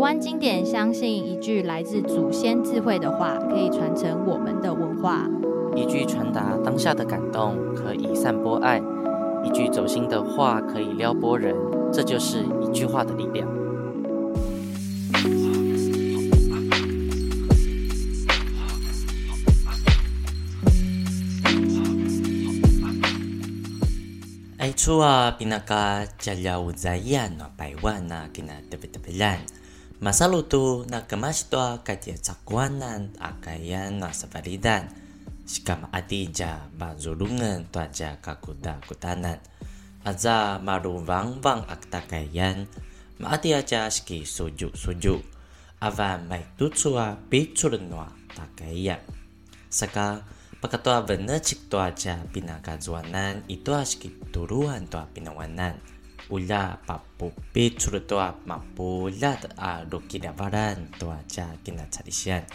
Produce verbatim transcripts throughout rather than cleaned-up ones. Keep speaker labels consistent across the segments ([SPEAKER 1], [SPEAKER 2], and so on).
[SPEAKER 1] 湾经典相信一句来自祖先智慧的话，可以传承我们的文化。
[SPEAKER 2] 一句传达当下的感动，可以散播爱；一句走心的话，可以撩拨人。这就是一句话的力量。
[SPEAKER 3] Ay chua pinaka jalyaw zayan no Taiwan na kinatabi-tabilan. Masaluto na kamasito katya sakwanan akayan na sabaridan. Sikam adija mazulungan tuaja kakuda kutanan. Aza maruvang-vang aktakayan. Maati aja ski suju-suju. Ava may tutsua picturenwa takayan. Saka pagkatoa benecik tuaja pinakazuanan itu aski turuan tua pinawanan. Ula papupi curutua mapulat a dokidavaran tuaja kinacharisian.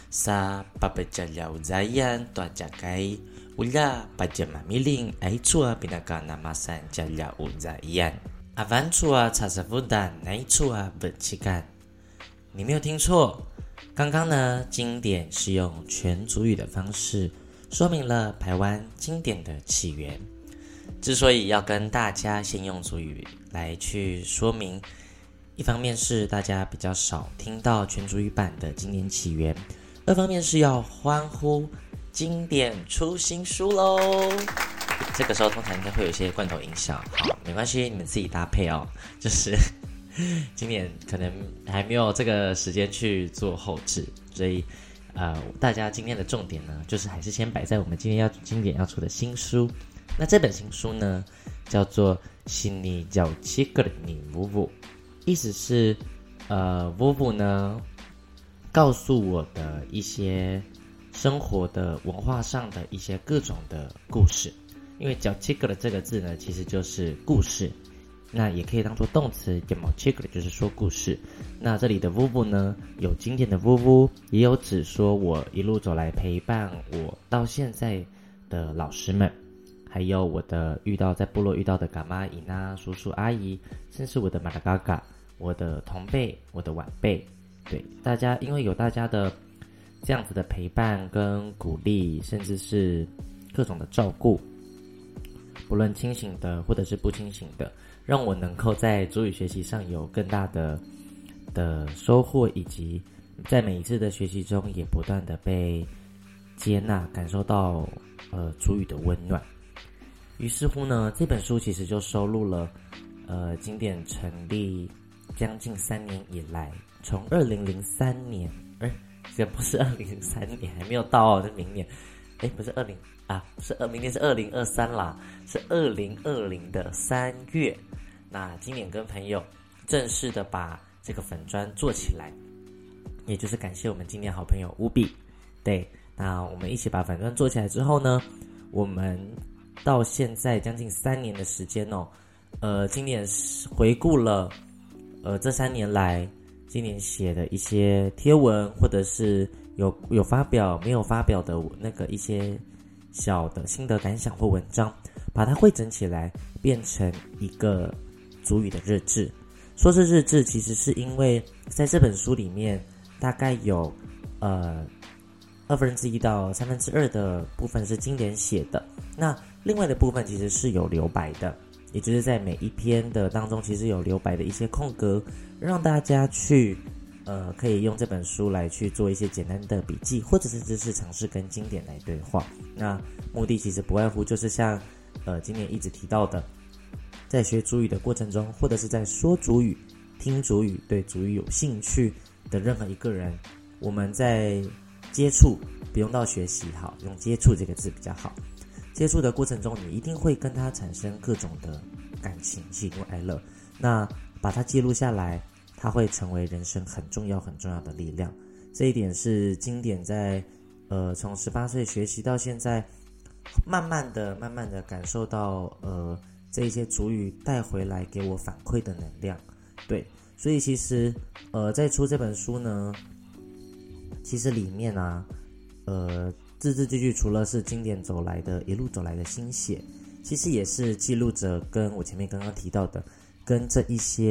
[SPEAKER 3] Sa papajalyaw zayan tuaja kai ula pajamamiling ay chua pinakanamasan jalyaw zayan. Avan chua chasavudan nay chua bencikan. 你没有听错，刚刚呢，经典是用全族语的方式说明了台湾经典的起源。之所以要跟大家先用族语来去说明，一方面是大家比较少听到全族语版的经典起源，二方面是要欢呼经典出新书咯。这个时候通常应该会有一些罐头音效，好，没关系，你们自己搭配哦。就是今年可能还没有这个时间去做后制，所以呃，大家今天的重点呢，就是还是先摆在我们今天要经典要出的新书。那这本新书呢，叫做《新尼叫七个的你舞舞》，意思是呃，舞舞呢告诉我的一些生活的文化上的一些各种的故事。因为叫七个的这个字呢，其实就是故事。那也可以当做动词 ，democratic 就是说故事。那这里的 vuvu 呢，有经典的 vuvu， 也有指说我一路走来陪伴我到现在的老师们，还有我的遇到在部落遇到的嘎妈姨呐、叔叔阿姨，甚至我的马达嘎嘎，我的同辈，我的晚辈，对大家，因为有大家的这样子的陪伴跟鼓励，甚至是各种的照顾，不论清醒的或者是不清醒的。让我能够在族语学习上有更大的的收获，以及在每一次的学习中也不断的被接纳，感受到呃族语的温暖。于是乎呢，这本书其实就收录了呃经典成立将近三年以来，从二零零三年，哎，这不是二零零三年，还没有到哦，是明年，哎，不是二零啊，不是二，明年是二零二三啦，是二零二零的三月。那今年跟朋友正式的把这个粉专做起来，也就是感谢我们今年好朋友乌比。对，那我们一起把粉专做起来之后呢，我们到现在将近三年的时间哦，呃，今年回顾了呃这三年来今年写的一些贴文，或者是有有发表没有发表的那个一些小的心得感想或文章，把它汇整起来，变成一个族语的日志。说是日志，其实是因为在这本书里面，大概有呃二分之一到三分之二的部分是经典写的，那另外的部分其实是有留白的，也就是在每一篇的当中，其实有留白的一些空格，让大家去呃可以用这本书来去做一些简单的笔记，或者甚至是尝试跟经典来对话。那目的其实不外乎就是像呃今年一直提到的，在学族语的过程中，或者是在说族语、听族语、对族语有兴趣的任何一个人，我们在接触，不用到学习好，用接触这个字比较好。接触的过程中，你一定会跟他产生各种的感情、喜怒哀乐。那把它记录下来，它会成为人生很重要、很重要的力量。这一点是经典在呃从十八岁学习到现在，慢慢的、慢慢的感受到呃这一些族语带回来给我反馈的能量。对，所以其实呃在出这本书呢，其实里面啊，呃字字句句除了是经典走来的一路走来的心血，其实也是记录着跟我前面刚刚提到的，跟这一些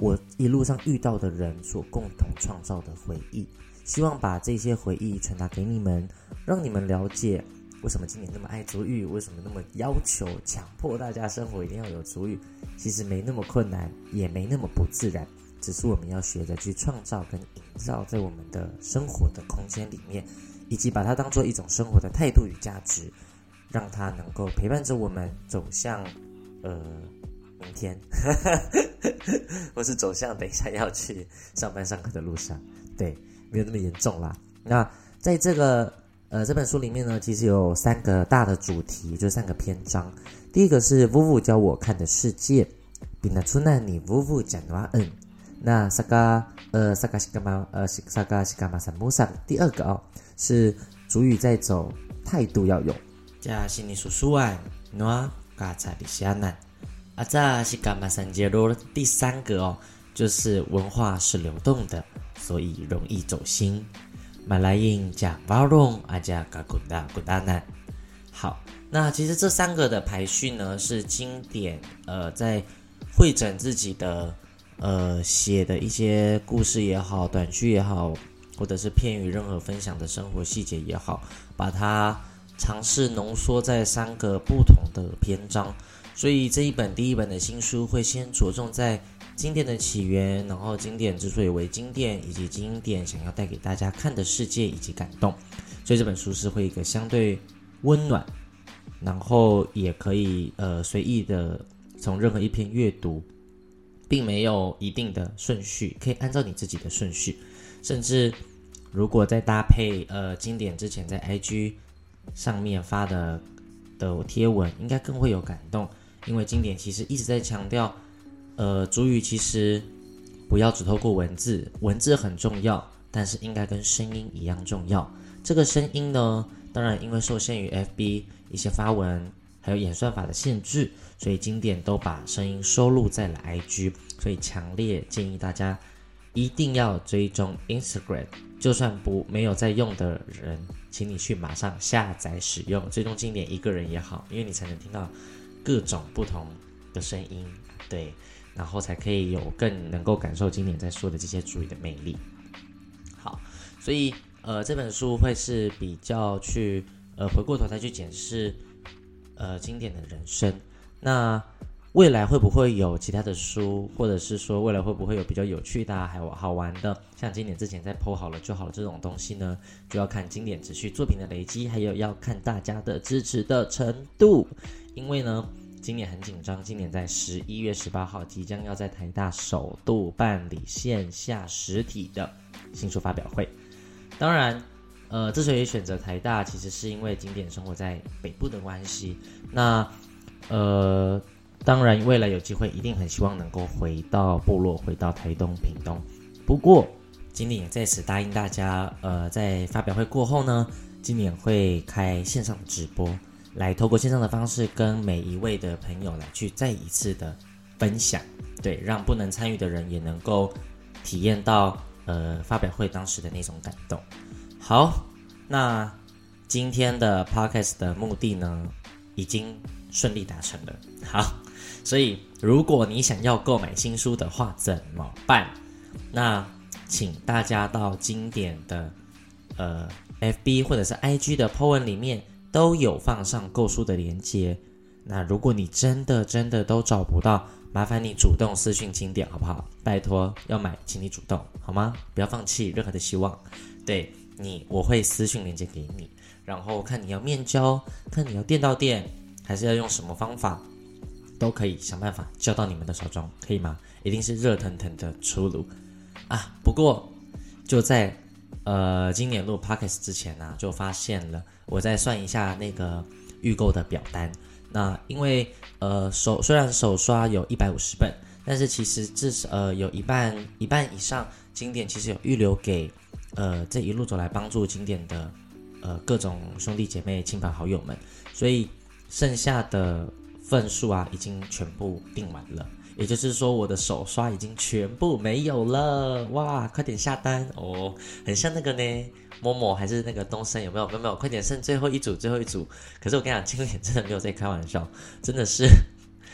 [SPEAKER 3] 我一路上遇到的人所共同创造的回忆，希望把这些回忆传达给你们，让你们了解为什么今年那么爱族语，为什么那么要求强迫大家生活一定要有族语，其实没那么困难，也没那么不自然，只是我们要学着去创造跟营造在我们的生活的空间里面，以及把它当作一种生活的态度与价值，让它能够陪伴着我们走向呃明天或是走向等一下要去上班上课的路上。对，没有那么严重啦。那在这个呃这本书里面呢，其实有三个大的主题，就是三个篇章。第一个是 Vuvu 教我看的世界，Pinatunan ni Vuvu Janwaan。那萨嘎呃萨嘎西嘎马呃萨嘎西嘎马萨穆萨。第二个哦是族语在走，态度要有。加西尼叔叔啊，诺嘎查里西亚南。啊，这是干嘛三节罗？第三个哦，就是文化是流动的，所以容易走心。马来印加巴隆阿加嘎古达古达南。好，那其实这三个的排序呢，是经典呃在汇整自己的呃写的一些故事也好，短剧也好，或者是片语任何分享的生活细节也好，把它尝试浓缩在三个不同的篇章。所以这一本第一本的新书会先着重在经典的起源，然后经典之所以为经典，以及经典想要带给大家看的世界以及感动。所以这本书是会一个相对温暖，然后也可以呃随意的从任何一篇阅读，并没有一定的顺序，可以按照你自己的顺序，甚至如果再搭配呃经典之前在 I G 上面发的的贴文，应该更会有感动。因为经典其实一直在强调，呃，族语其实不要只透过文字，文字很重要，但是应该跟声音一样重要。这个声音呢，当然因为受限于 F B 一些发文还有演算法的限制，所以经典都把声音收录在了 I G， 所以强烈建议大家一定要追踪 Instagram， 就算不没有在用的人，请你去马上下载使用，追踪经典一个人也好，因为你才能听到各种不同的声音，对，然后才可以有更能够感受经典在说的这些族语的魅力。好，所以呃这本书会是比较去呃回过头再去检视呃经典的人生。那未来会不会有其他的书，或者是说未来会不会有比较有趣的、啊、还有好玩的，像经典之前在 po 好了就好了这种东西呢？就要看经典持续作品的累积，还有要看大家的支持的程度。因为呢，今年很紧张，今年在十一月十八号即将要在台大首度办理线下实体的新书发表会。当然，呃，之所以选择台大，其实是因为经典生活在北部的关系。那呃。当然未来有机会一定很希望能够回到部落，回到台东屏东。不过经典也在此答应大家，呃，在发表会过后呢，经典会开线上的直播，来透过线上的方式跟每一位的朋友来去再一次的分享，对，让不能参与的人也能够体验到呃发表会当时的那种感动。好，那今天的 podcast 的目的呢已经顺利达成了。好，所以如果你想要购买新书的话怎么办？那请大家到经典的呃 F B 或者是 I G 的 po 文里面都有放上购书的连结。那如果你真的真的都找不到，麻烦你主动私讯经典好不好？拜托，要买请你主动好吗？不要放弃任何的希望。对你，我会私讯连结给你，然后看你要面交，看你要店到店，还是要用什么方法，都可以想办法交到你们的手中，可以吗？一定是热腾腾的出炉啊！不过就在呃今年录 Podcast 之前呢、啊，就发现了，我再算一下那个预购的表单。那因为呃手虽然手刷有一百五十本，但是其实至少呃有一半一半以上经典其实有预留给呃这一路走来帮助经典的呃各种兄弟姐妹、亲朋好友们，所以剩下的份数啊已经全部订完了，也就是说我的手刷已经全部没有了。哇，快点下单哦！很像那个呢某某还是那个东森，有没有？没有没有，快点剩最后一组最后一组。可是我跟你讲，经典真的没有在开玩笑，真的是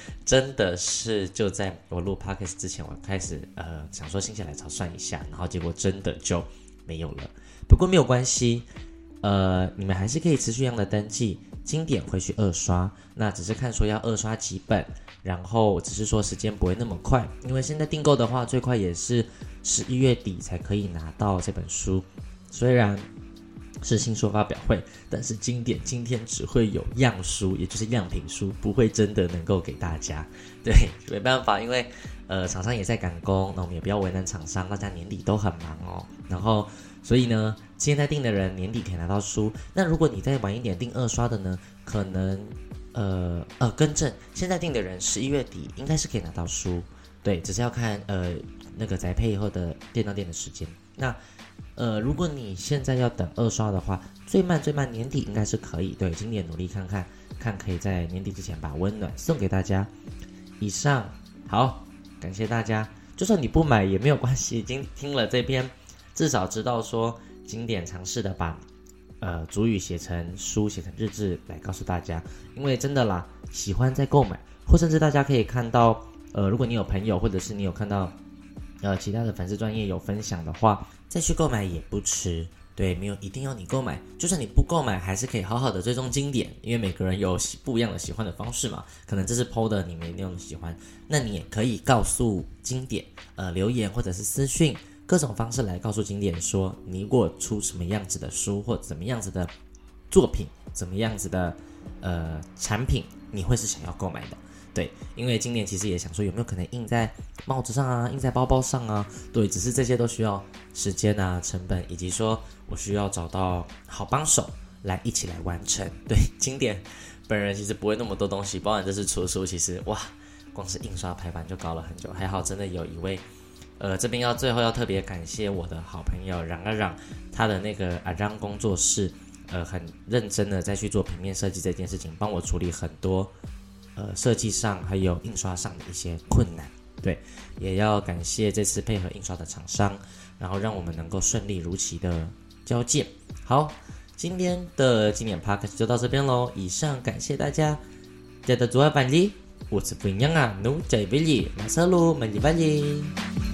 [SPEAKER 3] 真的是就在我录 podcast 之前，我开始呃想说心血来潮算一下，然后结果真的就没有了。不过没有关系，呃，你们还是可以持续一样的登记，经典会去二刷，那只是看说要二刷几本，然后只是说时间不会那么快，因为现在订购的话，最快也是十一月底才可以拿到这本书。虽然是新书发表会，但是经典今天只会有样书，也就是样品书，不会真的能够给大家。对，没办法，因为呃厂商也在赶工，那我们也不要为难厂商，大家年底都很忙哦。然后所以呢，现在订的人年底可以拿到书。那如果你再晚一点订二刷的呢，可能呃呃更正，现在订的人十一月底应该是可以拿到书。对，只是要看呃那个宅配以后的店到店的时间。那呃，如果你现在要等二刷的话，最慢最慢年底应该是可以。对，今年努力看看，看可以在年底之前把温暖送给大家。以上，好，感谢大家。就算你不买也没有关系，已经听了这篇，至少知道说经典尝试的把呃族语写成书，写成日志来告诉大家。因为真的啦，喜欢再购买，或甚至大家可以看到，呃，如果你有朋友或者是你有看到呃其他的粉丝专页有分享的话，再去购买也不迟。对，没有一定要你购买，就算你不购买，还是可以好好的追踪经典，因为每个人有不一样的喜欢的方式嘛。可能这是 P O 的，你没那么喜欢，那你也可以告诉经典，呃，留言或者是私讯，各种方式来告诉经典说，你如果出什么样子的书，或怎么样子的作品，怎么样子的呃产品，你会是想要购买的。对，因为经典其实也想说有没有可能印在帽子上啊，印在包包上啊，对，只是这些都需要时间啊、成本，以及说我需要找到好帮手来一起来完成。对，经典本人其实不会那么多东西，包含这次出书，其实哇，光是印刷排版就搞了很久，还好真的有一位，呃，这边要最后要特别感谢我的好朋友冉啊冉，他的那个阿让工作室，呃，很认真的在去做平面设计这件事情，帮我处理很多。呃，设计上还有印刷上的一些困难，对，也要感谢这次配合印刷的厂商，然后让我们能够顺利如期的交件。好，今天的经典 Podcast 就到这边咯，以上感谢大家，大家做好板栗，我是不一样啊，奴仔比利，马上路，满级板栗。